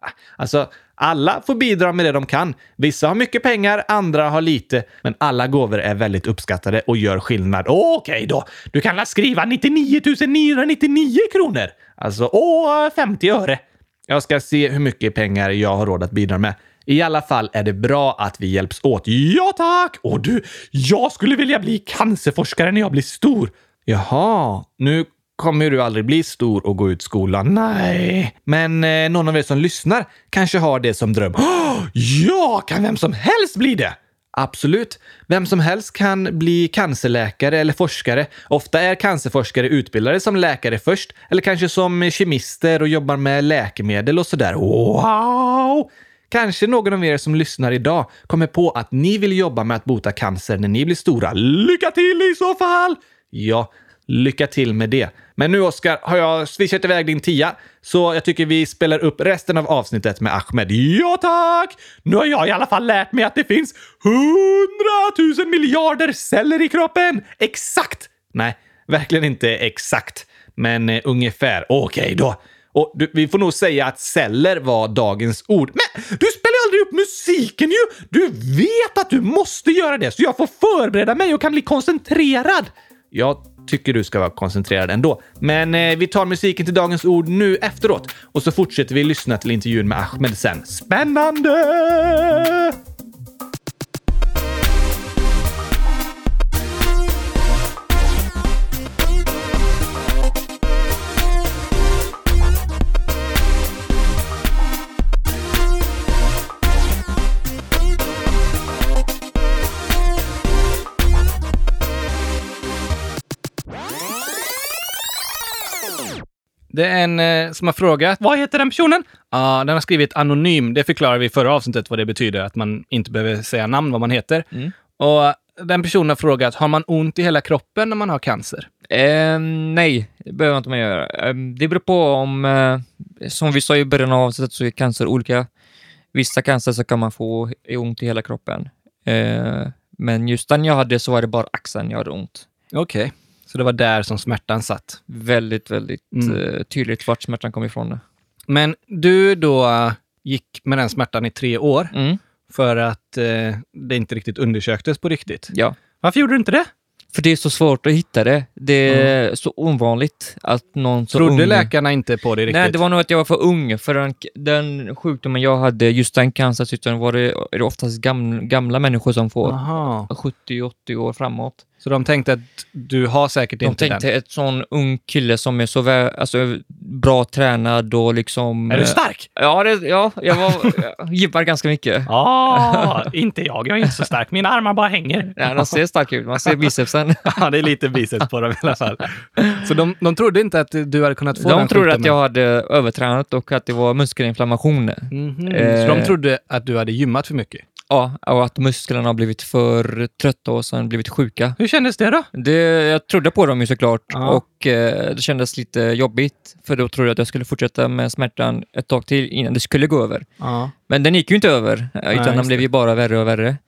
Alltså, alla får bidra med det de kan. Vissa har mycket pengar, andra har lite. Men alla gåvor är väldigt uppskattade och gör skillnad. Okej då, du kan skriva 99 999 kronor. Alltså, 50 öre. Jag ska se hur mycket pengar jag har råd att bidra med. I alla fall är det bra att vi hjälps åt. Ja tack! Och du, jag skulle vilja bli cancerforskare när jag blir stor. Jaha, nu kommer du aldrig bli stor och gå ut skolan. Nej. Men någon av er som lyssnar kanske har det som dröm. Ja, kan vem som helst bli det? Absolut. Vem som helst kan bli cancerläkare eller forskare. Ofta är cancerforskare utbildade som läkare först. Eller kanske som kemister och jobbar med läkemedel och sådär. Wow! Kanske någon av er som lyssnar idag kommer på att ni vill jobba med att bota cancer när ni blir stora. Lycka till i så fall! Ja, lycka till med det. Men nu, Oskar, har jag swishat iväg din 10, så jag tycker vi spelar upp resten av avsnittet med Ahmed. Ja tack! Nu har jag i alla fall lärt mig att det finns 100 000 miljarder celler i kroppen. Exakt! Nej, verkligen inte exakt. Men ungefär. Okej då. Och vi får nog säga att celler var dagens ord. Men du spelar ju aldrig upp musiken ju! Du vet att du måste göra det, så jag får förbereda mig och kan bli koncentrerad. Jag tycker du ska vara koncentrerad ändå. Men vi tar musiken till dagens ord nu efteråt. Och så fortsätter vi lyssna till intervjun med Ahmed sen. Spännande! Det är en som har frågat, vad heter den personen? Ja, den har skrivit anonym. Det förklarar vi i förra avsnittet vad det betyder. Att man inte behöver säga namn, vad man heter. Och den personen har frågat, har man ont i hela kroppen när man har cancer? Nej, det behöver inte man göra. Det beror på om, som vi sa i början av avsnittet, så är cancer olika. Vissa cancer så kan man få ont i hela kroppen. Men just den jag hade så var det bara axeln jag hade ont. Okej. Så det var där som smärtan satt. Väldigt, väldigt tydligt vart smärtan kom ifrån. Men du då gick med den smärtan i 3 år för att det inte riktigt undersöktes på riktigt. Ja. Varför gjorde du inte det? För det är så svårt att hitta det. Det är så ovanligt att någon så Trodde ung... läkarna inte på det riktigt? Nej, det var nog att jag var för ung. För den sjukdomen jag hade, just den cancersystemet, är det oftast gamla människor som får 70-80 år framåt. Så de tänkte att du har säkert inte den? De tänkte ett sån ung kille som är så bra tränad och liksom... Är du stark? Ja, jag gymmar ganska mycket. Inte jag är inte så stark. Mina armar bara hänger. Ja, de ser stark ut. Man ser bicepsen. Ja, det är lite biceps på dem i alla fall. Så de trodde inte att du hade kunnat få den De trodde att jag hade övertränat och att det var muskelinflammation. Så de trodde att du hade gymmat för mycket? Ja, och att musklerna har blivit för trötta och sen blivit sjuka. Hur kändes det då? Jag trodde på dem ju såklart. Och det kändes lite jobbigt. För då trodde jag att jag skulle fortsätta med smärtan ett tag till innan det skulle gå över. Men den gick ju inte över. Utan den blev ju bara värre och värre.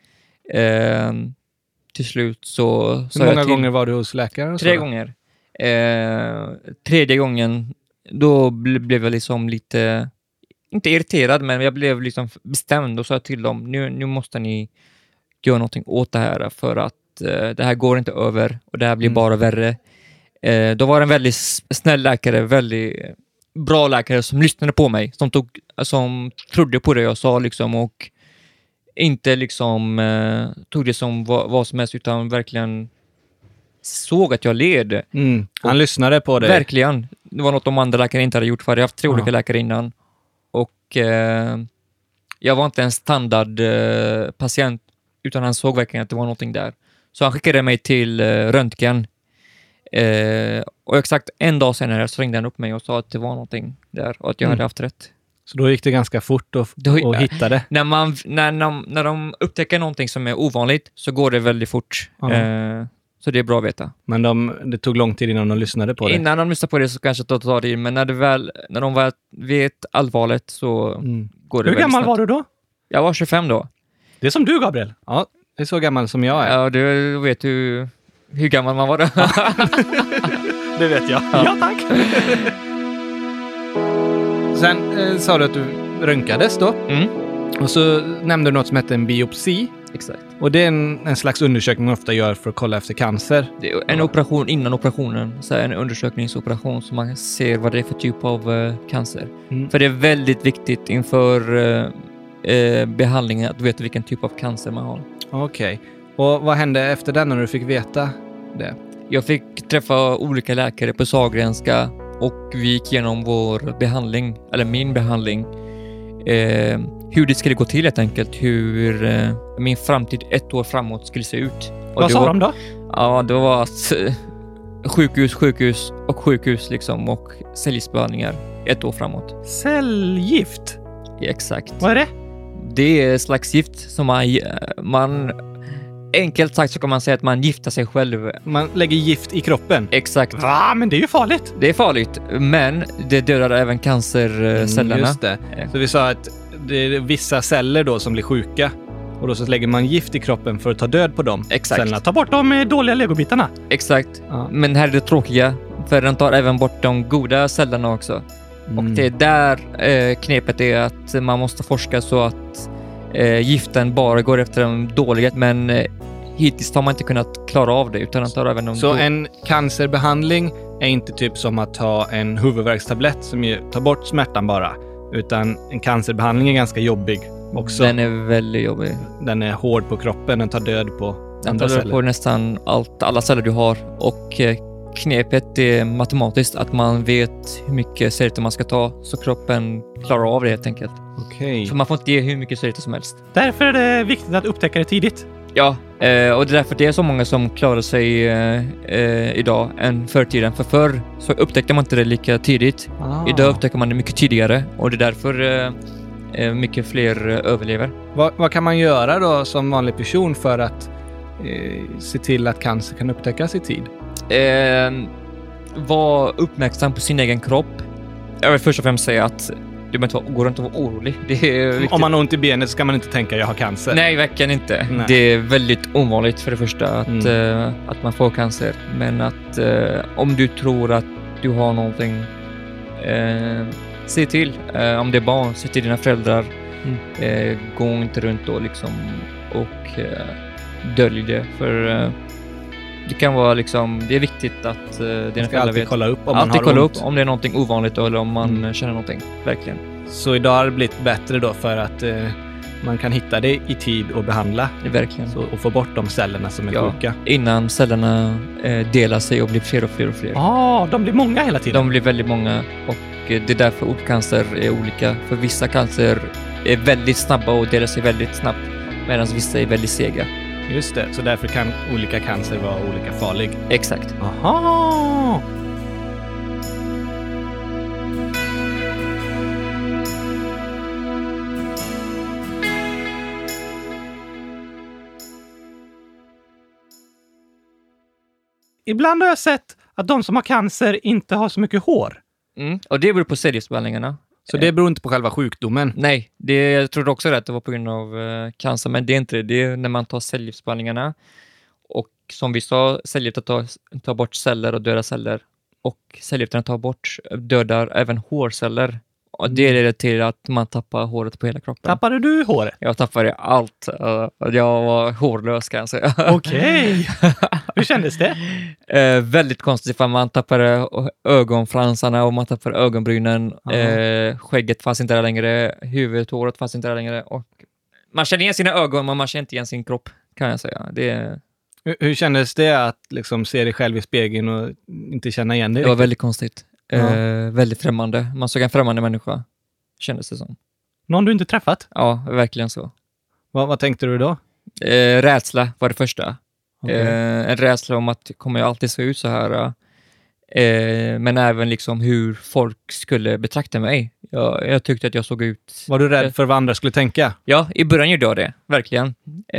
Till slut så... Hur många gånger var du hos läkaren? 3 gånger. 3:e gången då blev jag liksom lite... Inte irriterad, men jag blev liksom bestämd och sa till dem, nu måste ni göra någonting åt det här för att det här går inte över och det här blir bara värre. Då var det en väldigt snäll läkare, väldigt bra läkare som lyssnade på mig, som trodde på det jag sa liksom, och inte liksom tog det som vad som helst, utan verkligen såg att jag led. Han lyssnade på dig. Verkligen. Det var något de andra läkare inte hade gjort, för jag hade haft 3 olika läkare innan. Och jag var inte en standardpatient, utan han såg verkligen att det var någonting där. Så han skickade mig till röntgen. Och exakt en dag senare så ringde han upp mig och sa att det var någonting där och att jag hade haft rätt. Så då gick det ganska fort att hitta det? När de upptäcker någonting som är ovanligt så går det väldigt fort. Så det är bra att veta. Men det tog lång tid innan de lyssnade på det? Innan de lyssnade på det så kanske det tar det in. Men när de väl vet allvarligt så går det. Hur gammal var du då? Jag var 25 då. Det är som du, Gabriel. Ja, det är så gammal som jag är. Ja, du vet hur gammal man var då. Det vet jag. Ja tack! Sen sa du att du röntgades då. Och så nämnde du något som heter en biopsi. Exakt. Och det är en slags undersökning man ofta gör för att kolla efter cancer. Det är en operation innan operationen. Så en undersökningsoperation så man ser vad det är för typ av cancer. För det är väldigt viktigt inför behandlingen att veta vilken typ av cancer man har. Okej. Och vad hände efter den när du fick veta det? Jag fick träffa olika läkare på Sahlgrenska och vi gick igenom vår behandling, eller min behandling. Hur det skulle gå till helt enkelt. Hur min framtid 1 år framåt skulle se ut. Och vad sa de då? Ja, det var att sjukhus liksom och cellgiftsbehandlingar 1 år framåt. Cellgift? Exakt. Vad är det? Det är slags gift som man enkelt sagt så kan man säga att man gifter sig själv. Man lägger gift i kroppen? Exakt. Va, men det är ju farligt. Det är farligt, men det dödar även cancercellerna. Just det. Så vi sa att det är vissa celler då som blir sjuka. Och då så lägger man gift i kroppen för att ta död på dem. Exakt. Cellerna. Ta bort de dåliga legobitarna. Exakt. Ja. Men här är det tråkiga. För den tar även bort de goda cellerna också. Och det är där knepet är att man måste forska så att giften bara går efter de dåliga. Men hittills har man inte kunnat klara av det utan att ta även de så en cancerbehandling är inte typ som att ta en huvudvärkstablett som tar bort smärtan bara. Utan en cancerbehandling är ganska jobbig också. Den är väldigt jobbig. Den är hård på kroppen, den tar död på andra celler. Den tar död på nästan alla celler du har. Och knepet är matematiskt att man vet hur mycket seriter man ska ta så kroppen klarar av det helt enkelt. Okej. Så man får inte ge hur mycket seriter som helst. Därför är det viktigt att upptäcka det tidigt. Ja, och det är därför det är så många som klarar sig idag än förr tiden. För förr så upptäckte man inte det lika tidigt. Idag upptäcker man det mycket tidigare och det är därför mycket fler överlever. Vad kan man göra då som vanlig person för att se till att cancer kan upptäckas i tid? Var uppmärksam på sin egen kropp. Jag vill först och främst säga att du behöver inte gå runt och vara orolig. Det är viktigt. Om man har ont i benet så ska man inte tänka jag har cancer. Nej, verkligen inte. Nej. Det är väldigt ovanligt för det första att man får cancer. Men att om du tror att du har någonting, se till. Om det är barn, se till dina föräldrar. Gå inte runt och dölj det. För det kan vara det är viktigt att dina föräldrar vet. Kolla upp om alltid man har kolla ont. upp om det är någonting ovanligt eller om man känner någonting. Verkligen. Så idag har det blivit bättre då för att man kan hitta det i tid och behandla. Verkligen. Så, och få bort de cellerna som är sjuka. Innan cellerna delar sig och blir fler och fler och fler. De blir många hela tiden. De blir väldigt många och det är därför olika cancer är olika. För vissa cancer är väldigt snabba och delar sig väldigt snabbt medan vissa är väldigt sega. Just det, så därför kan olika cancer vara olika farlig. Exakt. Aha! Ibland har jag sett att de som har cancer inte har så mycket hår. Och det beror på cellgiftsbehandlingarna. Så det beror inte på själva sjukdomen? Nej, jag trodde också att det var på grund av cancer, men det är inte det. Det är när man tar cellgiftsbehandlingarna. Och som vi sa, cellgifter tar bort celler och döda celler. Och cellgifterna dödar även hårceller. Och det leder till att man tappar håret på hela kroppen. Tappade du håret? Jag tappade allt. Jag var hårlös kan jag säga. Okej. Hur kändes det? Väldigt konstigt för man tappade ögonfransarna och man tappade ögonbrynen. Skägget fanns inte där längre. Huvudhåret fanns inte där längre. Och man känner igen sina ögon men man känner inte igen sin kropp kan jag säga. Hur kändes det att se dig själv i spegeln och inte känna igen dig? Det var väldigt konstigt. Väldigt främmande. Man såg en främmande människa, kändes det som. Någon du inte träffat? Ja, verkligen så. Vad tänkte du då? Rädsla var det första. Okay. En rädsla om att kommer jag alltid se ut så här. Men även hur folk skulle betrakta mig. Jag tyckte att jag såg ut... Var du rädd för vad andra skulle tänka? Ja, i början gjorde jag det. Verkligen.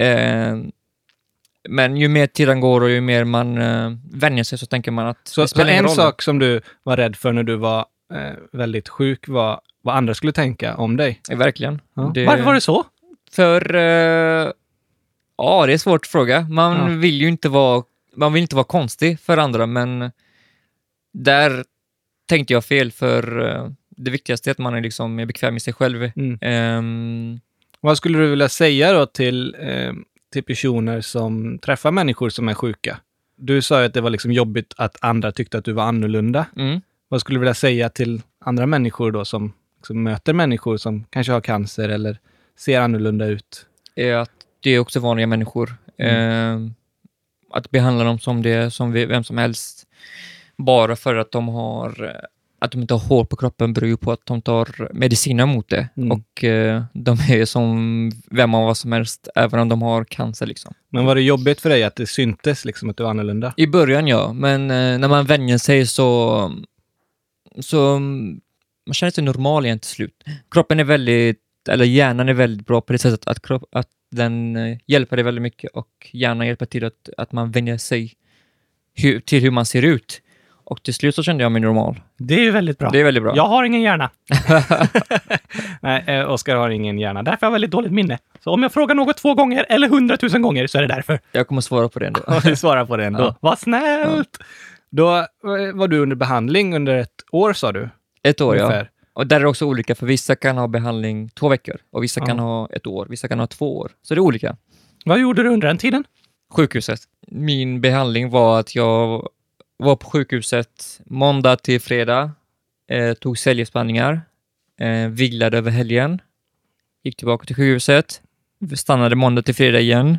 Men ju mer tiden går och ju mer man vänjer sig så tänker man att så, det spelar ingen roll. En sak som du var rädd för när du var väldigt sjuk var vad andra skulle tänka om dig? Verkligen. Ja. Varför var det så? För det är en svår fråga. Man vill ju inte vara konstig för andra, men där tänkte jag fel för det viktigaste är att man är liksom bekväm med sig själv. Vad skulle du vilja säga då till personer som träffar människor som är sjuka? Du sa ju att det var liksom jobbigt att andra tyckte att du var annorlunda. Vad skulle du vilja säga till andra människor då som möter människor som kanske har cancer eller ser annorlunda ut? Är att det är också vanliga människor. Att behandla dem som vem som helst bara för att att de inte har hår på kroppen beror ju på att de tar mediciner mot det. Och de är som vem av vad som helst, även om de har cancer liksom. Men var det jobbigt för dig att det syntes liksom att du var annorlunda? I början ja, men när man vänjer sig så man känner sig normal igen till slut. Hjärnan är väldigt bra på det sättet att den hjälper dig väldigt mycket och hjärnan hjälper till att man vänjer sig till hur man ser ut. Och till slut så kände jag mig normal. Det är ju väldigt bra. Det är väldigt bra. Jag har ingen hjärna. Nej, Oskar har ingen hjärna. Därför har jag väldigt dåligt minne. Så om jag frågar något 2 gånger eller 100 000 gånger så är det därför. Jag kommer svara på det ändå. Du svarar på det ändå. Ja. Vad snällt! Ja. Då var du under behandling under 1 år, sa du? 1 år, ungefär. Ja. Och där är det också olika, för vissa kan ha behandling 2 veckor. Och vissa kan ha 1 år. Vissa kan ha 2 år. Så det är olika. Vad gjorde du under den tiden? Sjukhuset. Min behandling var att jag var på sjukhuset måndag till fredag. Tog cellgiftsbehandlingar. Vilade över helgen. Gick tillbaka till sjukhuset. Stannade måndag till fredag igen.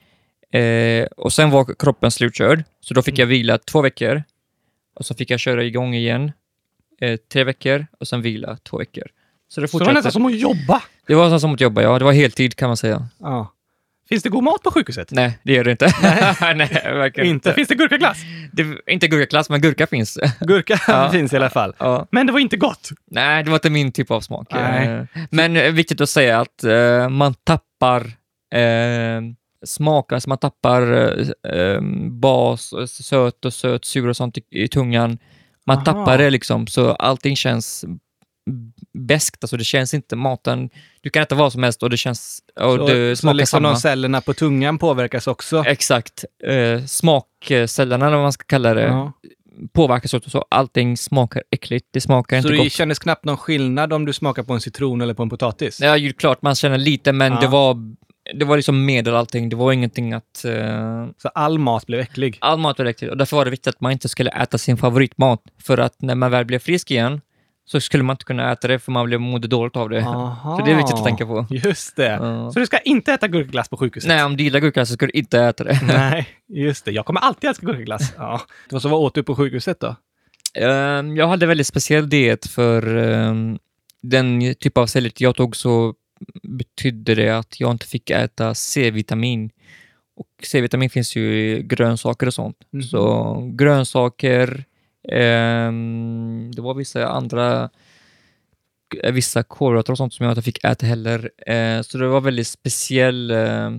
Och sen var kroppen slutkörd. Så då fick jag vila 2 veckor. Och så fick jag köra igång igen. 3 veckor. Och sen vila 2 veckor. Så det var nästan som att jobba? Det var nästan som att jobba, ja. Det var heltid kan man säga. Ja. Finns det god mat på sjukhuset? Nej, det gör det inte. Nej, verkligen inte. Finns det gurkaglass? Inte gurkaglass, men gurka finns. Gurka finns i alla fall. Ja. Men det var inte gott? Nej, det var inte min typ av smak. Men viktigt att säga att man tappar smak. Alltså man tappar bas, söt och sur och sånt i tungan. Man tappar det liksom, så allting känns bäst, alltså det känns inte maten, du kan äta vad som helst och det känns och det smakar liksom samma. De cellerna på tungan påverkas också? Exakt. Smakcellerna, eller vad man ska kalla det, påverkas också, så allting smakar äckligt, det smakar inte gott. Så det kändes knappt någon skillnad om du smakar på en citron eller på en potatis? Ja, ju klart man känner lite, men det var liksom medel allting, det var ingenting att... Så all mat blev äcklig? All mat blev äcklig, och därför var det viktigt att man inte skulle äta sin favoritmat, för att när man väl blev frisk igen så skulle man inte kunna äta det, för man blev mådde dåligt av det. Aha. Så det är viktigt att tänka på. Just det. Så du ska inte äta gurkaglass på sjukhuset? Nej, om du gillar gurkaglass så ska du inte äta det. Nej, just det. Jag kommer alltid älska gurkaglass. Ja. Så vad åt du på sjukhuset då? Jag hade väldigt speciell diet, för den typ av cellet jag tog, så betydde det att jag inte fick äta C-vitamin. Och C-vitamin finns ju i grönsaker och sånt. Så grönsaker, det var vissa kolhydrater och sånt som jag inte fick äta heller. Så det var väldigt speciell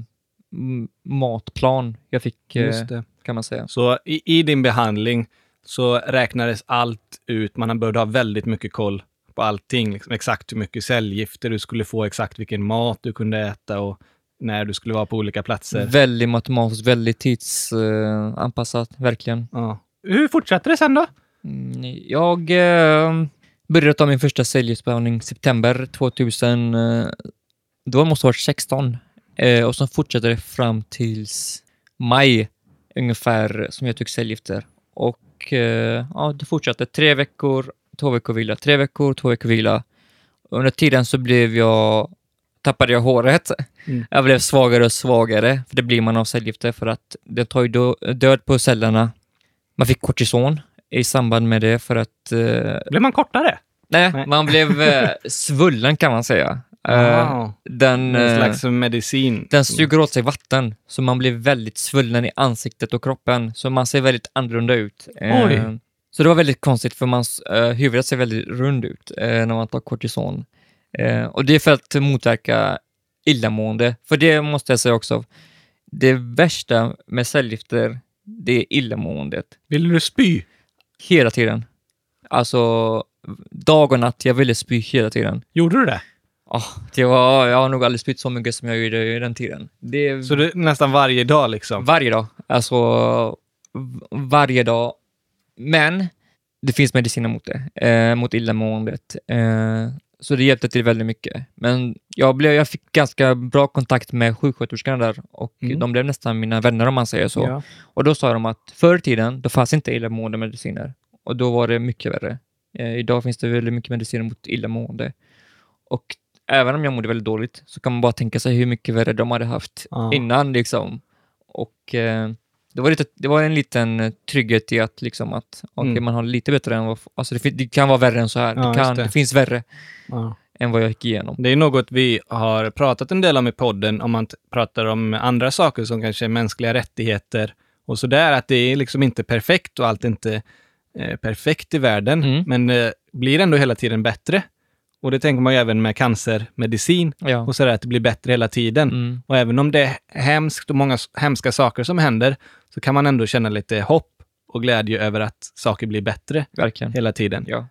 matplan jag fick, kan man säga. Så i din behandling så räknades allt ut. Man behövde ha väldigt mycket koll på allting. Liksom, exakt hur mycket cellgifter du skulle få, exakt vilken mat du kunde äta och när du skulle vara på olika platser. Väldigt matematiskt, väldigt tidsanpassat, verkligen. Ja. Hur fortsatte det sen då? Jag började ta min första cellgiftsbehandling september 2000. Då måste det ha varit 16. Och så fortsatte det fram tills maj ungefär, som jag tog cellgifter. Och det fortsatte 3 veckor, 2 veckor vila, 3 veckor, 2 veckor vila. Under tiden så tappade jag håret. Jag blev svagare och svagare, för det blir man av cellgifter, för att det tar ju död på cellerna. Man fick kortison i samband med det, för att... Blev man kortare? Nej. Man blev svullen kan man säga. En slags medicin. Den suger åt sig vatten, så man blir väldigt svullen i ansiktet och kroppen, så man ser väldigt annorlunda ut. Så det var väldigt konstigt, för huvudet ser väldigt rund ut när man tar kortison. Och det är för att motverka illamående. För det måste jag säga också. Det värsta med cellgifter, det är illamåendet. Vill du spy? Hela tiden. Alltså, dag och natt, jag ville spy hela tiden. Gjorde du det? Jag har nog aldrig spytt så mycket som jag gjorde i den tiden. Så det nästan varje dag liksom? Varje dag. Alltså, varje dag. Men det finns mediciner mot det, mot illamåendet. Så det hjälpte till väldigt mycket. Men jag fick ganska bra kontakt med sjuksköterskorna där och de blev nästan mina vänner om man säger så. Ja. Och då sa de att förr i tiden, då fanns inte illamående mediciner. Och då var det mycket värre. Idag finns det väldigt mycket mediciner mot illamående. Och även om jag mådde väldigt dåligt så kan man bara tänka sig hur mycket värre de hade haft innan liksom. Och det var en liten trygghet i att liksom att man har lite bättre än vad, alltså det kan vara värre än så här. Det finns värre än vad jag gick igenom. Det är något vi har pratat en del om i podden, om man pratar om andra saker som kanske är mänskliga rättigheter och sådär, att det är liksom inte perfekt och allt inte perfekt i världen, men det blir ändå hela tiden bättre. Och det tänker man ju även med cancermedicin och sådär, att det blir bättre hela tiden. Och även om det är hemskt och många hemska saker som händer, så kan man ändå känna lite hopp och glädje över att saker blir bättre hela tiden. Ja.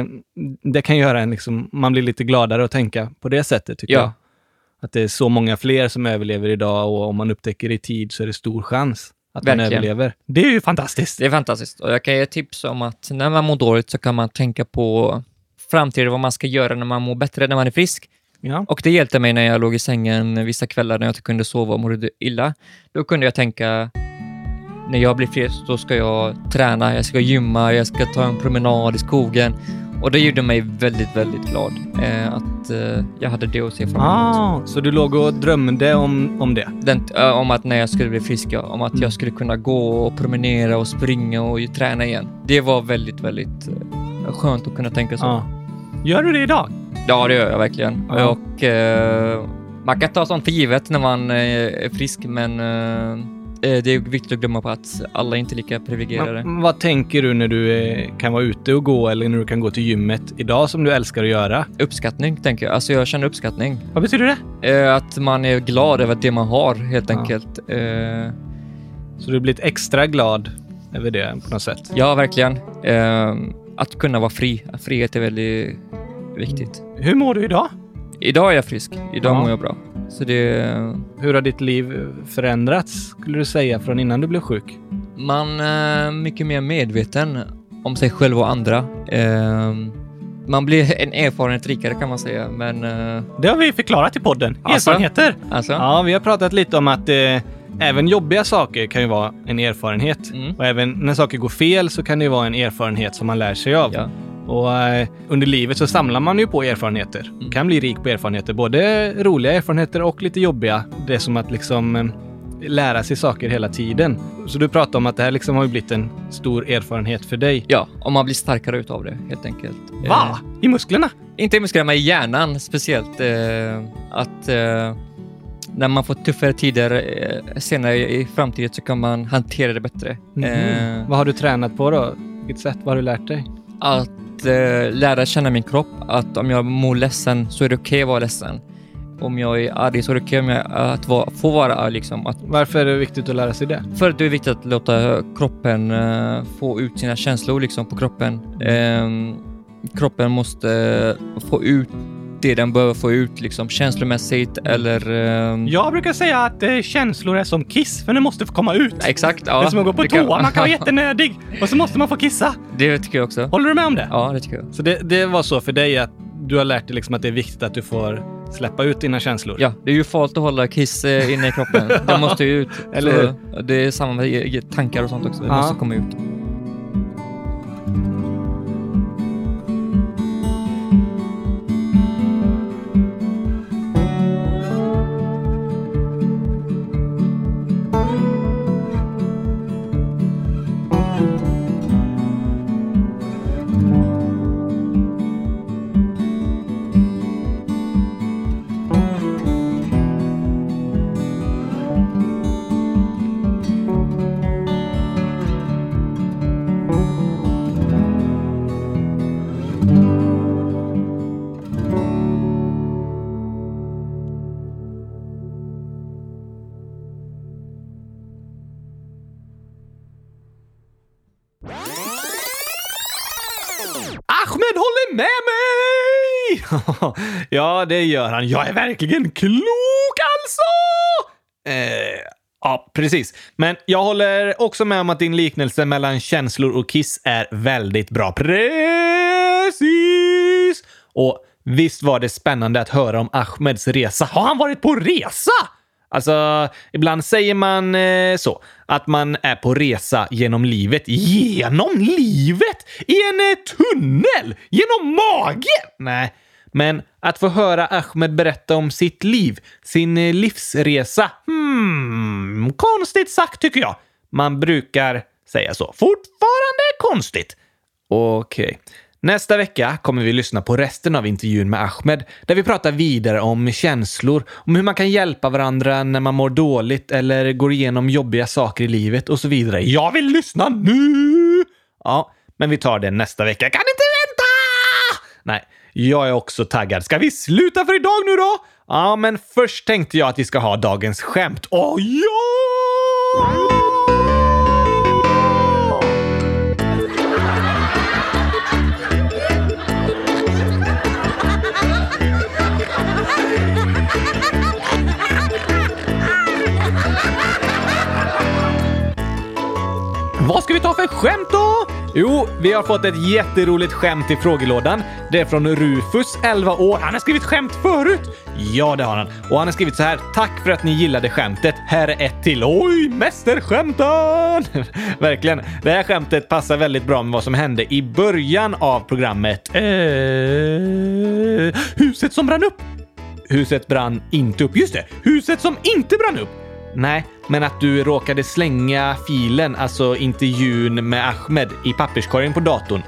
Det kan göra en liksom, man blir lite gladare att tänka på det sättet tycker jag. Att det är så många fler som överlever idag, och om man upptäcker i tid så är det stor chans att man överlever. Det är ju fantastiskt. Det är fantastiskt. Och jag kan ge tips om att när man mår dåligt så kan man tänka på framtiden, vad man ska göra när man mår bättre, när man är frisk. Ja. Och det hjälpte mig när jag låg i sängen vissa kvällar när jag inte kunde sova och mådde illa. Då kunde jag tänka, när jag blir frisk då ska jag träna, jag ska gymma, jag ska ta en promenad i skogen. Och det gjorde mig väldigt, väldigt glad att jag hade det att se fram emot. Så du låg och drömde om det? Om att när jag skulle bli frisk, om att jag skulle kunna gå och promenera och springa och träna igen. Det var väldigt, väldigt skönt att kunna tänka så. Gör du det idag? Ja, det gör jag verkligen. Och man kan ta sånt för givet när man är frisk, men det är viktigt att glömma på att alla är inte lika privilegierade. Vad tänker du när du kan vara ute och gå, eller när du kan gå till gymmet idag som du älskar att göra? Uppskattning, tänker jag. Alltså jag känner uppskattning. Vad betyder det? Att man är glad över det man har, helt enkelt. Så du har blivit extra glad över det på något sätt? Ja, verkligen. Att kunna vara fri. Frihet är väldigt viktigt. Hur mår du idag? Idag är jag frisk. Idag mår jag bra. Så Hur har ditt liv förändrats, skulle du säga, från innan du blev sjuk? Man är mycket mer medveten om sig själv och andra. Man blir en erfarenhet rikare, kan man säga. Men det har vi förklarat i podden. Erfarenheter. Alltså? Ja, vi har pratat lite om att även jobbiga saker kan ju vara en erfarenhet. Och även när saker går fel så kan det ju vara en erfarenhet som man lär sig av. Ja. Och under livet så samlar man ju på erfarenheter. Man kan bli rik på erfarenheter. Både roliga erfarenheter och lite jobbiga. Det är som att liksom lära sig saker hela tiden. Så du pratar om att det här liksom har ju blivit en stor erfarenhet för dig. Ja, och man blir starkare utav det, helt enkelt. Va? I musklerna? Inte i musklerna, men i hjärnan speciellt. Att när man får tuffare tider senare i framtiden så kan man hantera det bättre. Vad har du tränat på då? Vilket sätt? Vad har du lärt dig? Att lära känna min kropp. Att om jag mår ledsen så är det okej att vara ledsen. Om jag är arg så är det okej att få vara arg. Liksom. Varför är det viktigt att lära sig det? För att det är viktigt att låta kroppen få ut sina känslor liksom, på kroppen. Kroppen måste få ut det den behöver få ut liksom, känslomässigt eller... Jag brukar säga att känslor är som kiss, för det måste få komma ut. Exakt, ja. Det är som att gå på toa, man kan vara jättenödig och så måste man få kissa. Det tycker jag också. Håller du med om det? Ja, det tycker jag. Så det var så för dig att du har lärt dig liksom att det är viktigt att du får släppa ut dina känslor? Ja, det är ju farligt att hålla kiss inne i kroppen. Det måste ju ut. Eller det är samma med tankar och sånt också. Det måste komma ut. Ahmed håller med mig! Ja, det gör han. Jag är verkligen klok alltså! Ja, precis. Men jag håller också med om att din liknelse mellan känslor och kiss är väldigt bra. Precis! Och visst var det spännande att höra om Ahmeds resa. Har han varit på resa? Alltså, ibland säger man så. Att man är på resa genom livet. Genom livet? I en tunnel? Genom magen? Nej. Men att få höra Ahmed berätta om sitt liv, sin livsresa. Konstigt sagt tycker jag. Man brukar säga så. Fortfarande konstigt. Okej. Nästa vecka kommer vi lyssna på resten av intervjun med Ahmed där vi pratar vidare om känslor, om hur man kan hjälpa varandra när man mår dåligt eller går igenom jobbiga saker i livet och så vidare. Jag vill lyssna nu! Ja, men vi tar det nästa vecka. Jag kan inte vänta! Nej, jag är också taggad. Ska vi sluta för idag nu då? Ja, men först tänkte jag att vi ska ha dagens skämt. Åh, ja! Vad ska vi ta för skämt då? Jo, vi har fått ett jätteroligt skämt i frågelådan. Det är från Rufus, 11 år. Han har skrivit skämt förut. Ja, det har han. Och han har skrivit så här: tack för att ni gillade skämtet. Här är ett till. Oj, mästerskämten! Verkligen. Det här skämtet passar väldigt bra med vad som hände i början av programmet. Huset som brann upp. Huset brann inte upp. Just det, huset som inte brann upp. Nej, men att du råkade slänga filen, alltså intervjun med Ahmed, i papperskorgen på datorn.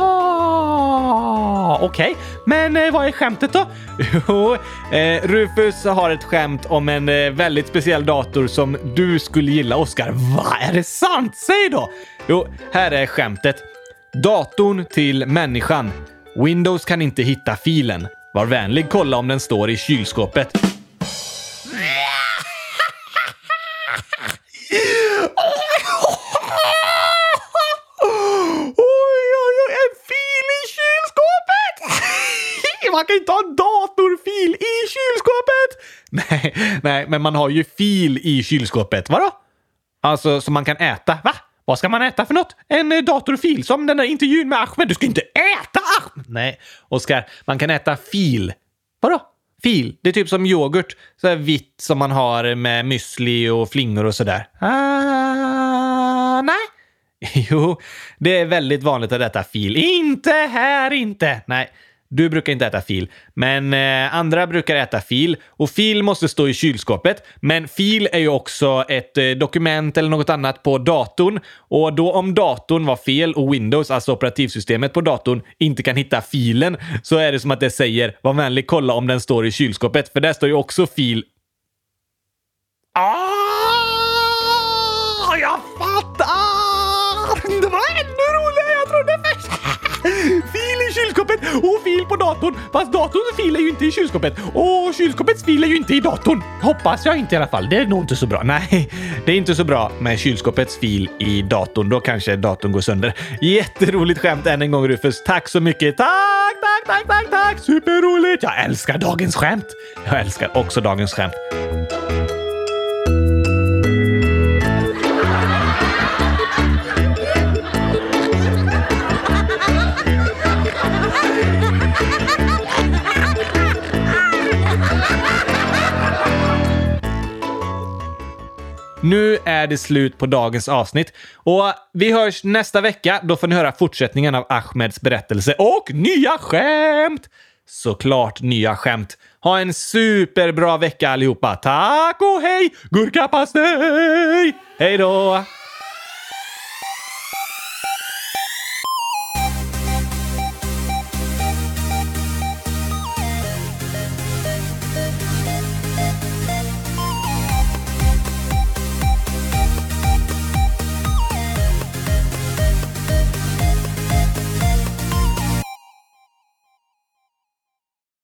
Okej. Men vad är skämtet då? Jo, Rufus har ett skämt om en väldigt speciell dator som du skulle gilla, Oskar. Vad är det sant? Säg då! Jo, här är skämtet. Datorn till människan. Windows kan inte hitta filen. Var vänlig, kolla om den står i kylskåpet. Man kan inte ha en datorfil i kylskåpet! Nej, men man har ju fil i kylskåpet. Vadå? Alltså, som man kan äta. Va? Vad ska man äta för något? En datorfil, som den där intervjun med Ahmed. Du ska inte äta Ahmed! Nej, Oskar, man kan äta fil. Vadå? Fil? Det är typ som yoghurt. Så här vitt som man har med müsli och flingor och sådär. Nej. Jo, det är väldigt vanligt att äta fil. Inte här, inte. Nej. Du brukar inte äta fil, men andra brukar äta fil. Och fil måste stå i kylskåpet. Men fil är ju också ett dokument eller något annat på datorn. Och då om datorn var fel och Windows, alltså operativsystemet på datorn, inte kan hitta filen, så är det som att det säger: var vänlig, kolla om den står i kylskåpet. För där står ju också fil. Jag fattar! Det var ännu roligare jag trodde först. Fil i kylskåpet och fil på datorn. Fast datorns fil är ju inte i kylskåpet. Och kylskåpets fil är ju inte i datorn. Hoppas jag inte i alla fall. Det är nog inte så bra. Nej, det är inte så bra med kylskåpets fil i datorn. Då kanske datorn går sönder. Jätteroligt skämt än en gång, Rufus. Tack så mycket. Tack. Superroligt. Jag älskar dagens skämt. Jag älskar också dagens skämt. Nu är det slut på dagens avsnitt och vi hörs nästa vecka. Då får ni höra fortsättningen av Ahmeds berättelse och nya skämt. Såklart nya skämt. Ha en superbra vecka allihopa. Tack och hej, gurkapastej! Hej då!